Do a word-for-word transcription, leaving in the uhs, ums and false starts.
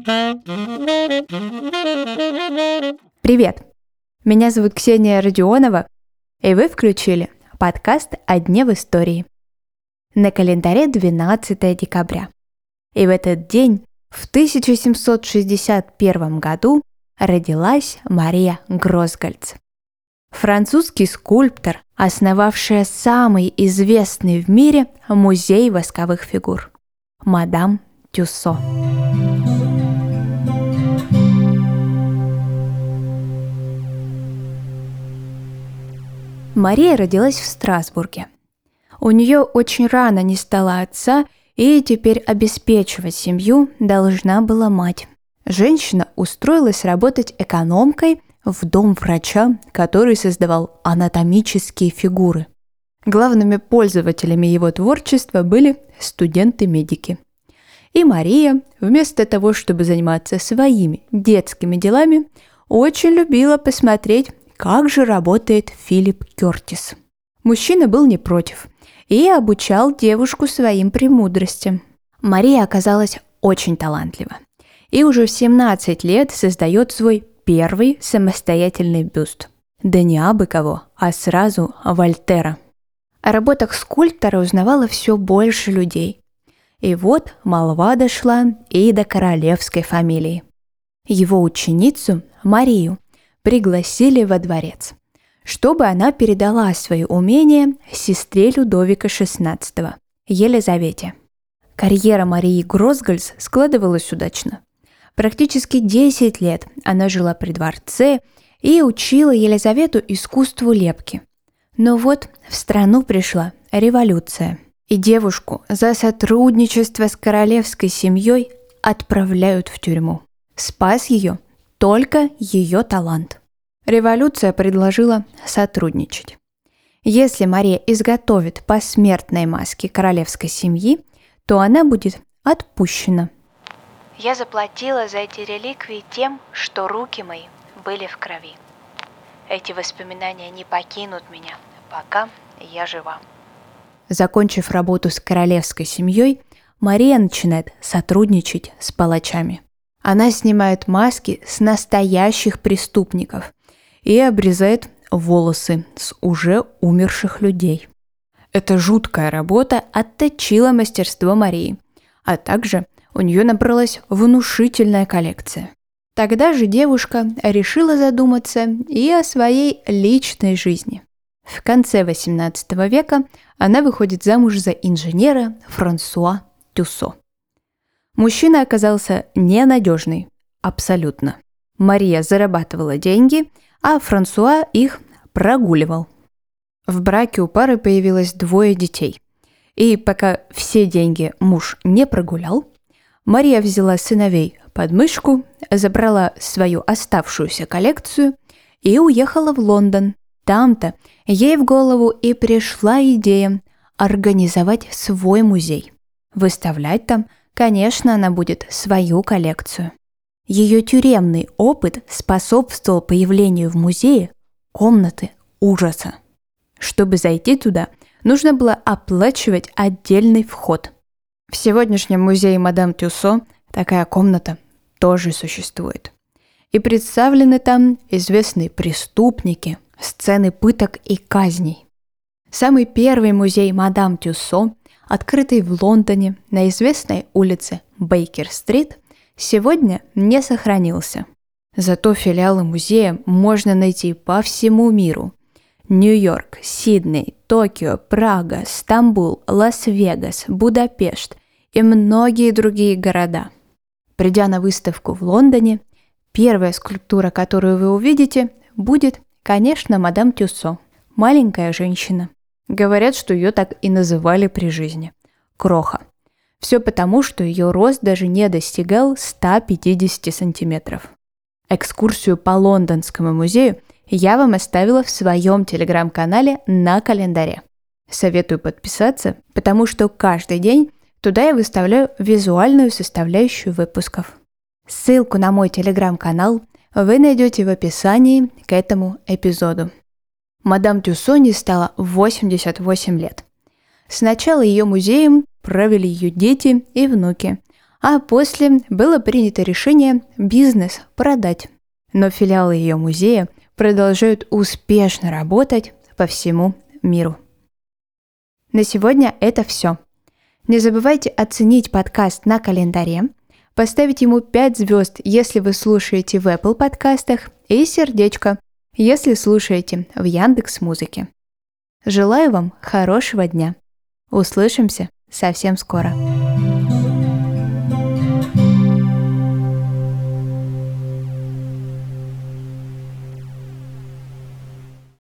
Привет! Меня зовут Ксения Родионова, и вы включили подкаст «О дне в истории». На календаре двенадцатое декабря. И в этот день, в тысяча семьсот шестьдесят первом году, родилась Мария Гросгольц. Французский скульптор, основавшая самый известный в мире музей восковых фигур – Мадам Тюссо. Мария родилась в Страсбурге. У нее очень рано не стало отца, и теперь обеспечивать семью должна была мать. Женщина устроилась работать экономкой в дом врача, который создавал анатомические фигуры. Главными пользователями его творчества были студенты-медики. И Мария, вместо того, чтобы заниматься своими детскими делами, очень любила посмотреть, как же работает Филипп Кёртис. Мужчина был не против и обучал девушку своим премудростям. Мария оказалась очень талантлива и уже в семнадцать лет создает свой первый самостоятельный бюст. Да не абы кого, а сразу Вольтера. О работах скульптора узнавало все больше людей. И вот молва дошла и до королевской фамилии. Его ученицу, Марию, пригласили во дворец, чтобы она передала свои умения сестре Людовика шестнадцатого, Елизавете. Карьера Марии Гросгольц складывалась удачно. Практически десять лет она жила при дворце и учила Елизавету искусству лепки. Но вот в страну пришла революция, и девушку за сотрудничество с королевской семьей отправляют в тюрьму. Спас ее только ее талант. Революция предложила сотрудничать. Если Мария изготовит посмертные маски королевской семьи, то она будет отпущена. Я заплатила за эти реликвии тем, что руки мои были в крови. Эти воспоминания не покинут меня, пока я жива. Закончив работу с королевской семьей, Мария начинает сотрудничать с палачами. Она снимает маски с настоящих преступников и обрезает волосы с уже умерших людей. Эта жуткая работа отточила мастерство Марии, а также у нее набралась внушительная коллекция. Тогда же девушка решила задуматься и о своей личной жизни. В конце восемнадцатого века она выходит замуж за инженера Франсуа Тюссо. Мужчина оказался ненадежный, абсолютно. Мария зарабатывала деньги, а Франсуа их прогуливал. В браке у пары появилось двое детей. И пока все деньги муж не прогулял, Мария взяла сыновей под мышку, забрала свою оставшуюся коллекцию и уехала в Лондон. Там-то ей в голову и пришла идея организовать свой музей. Выставлять там, конечно, она будет свою коллекцию. Ее тюремный опыт способствовал появлению в музее комнаты ужаса. Чтобы зайти туда, нужно было оплачивать отдельный вход. В сегодняшнем музее Мадам Тюссо такая комната тоже существует. И представлены там известные преступники, сцены пыток и казней. Самый первый музей Мадам Тюссо, открытый в Лондоне на известной улице Бейкер-стрит, сегодня не сохранился. Зато филиалы музея можно найти по всему миру. Нью-Йорк, Сидней, Токио, Прага, Стамбул, Лас-Вегас, Будапешт и многие другие города. Придя на выставку в Лондоне, первая скульптура, которую вы увидите, будет, конечно, Мадам Тюссо, маленькая женщина. Говорят, что ее так и называли при жизни – Кроха. Все потому, что ее рост даже не достигал ста пятидесяти сантиметров. Экскурсию по Лондонскому музею я вам оставила в своем телеграм-канале на календаре. Советую подписаться, потому что каждый день туда я выставляю визуальную составляющую выпусков. Ссылку на мой телеграм-канал вы найдете в описании к этому эпизоду. Мадам Тюссо не стало восемьдесят восемь лет. Сначала ее музеем правили ее дети и внуки, А после было принято решение бизнес продать. Но филиалы ее музея продолжают успешно работать по всему миру. На сегодня это все. Не забывайте оценить подкаст на календаре, поставить ему пять звезд, если вы слушаете в Apple подкастах, и сердечко, если слушаете в Яндекс.Музыке. Желаю вам хорошего дня. Услышимся совсем скоро.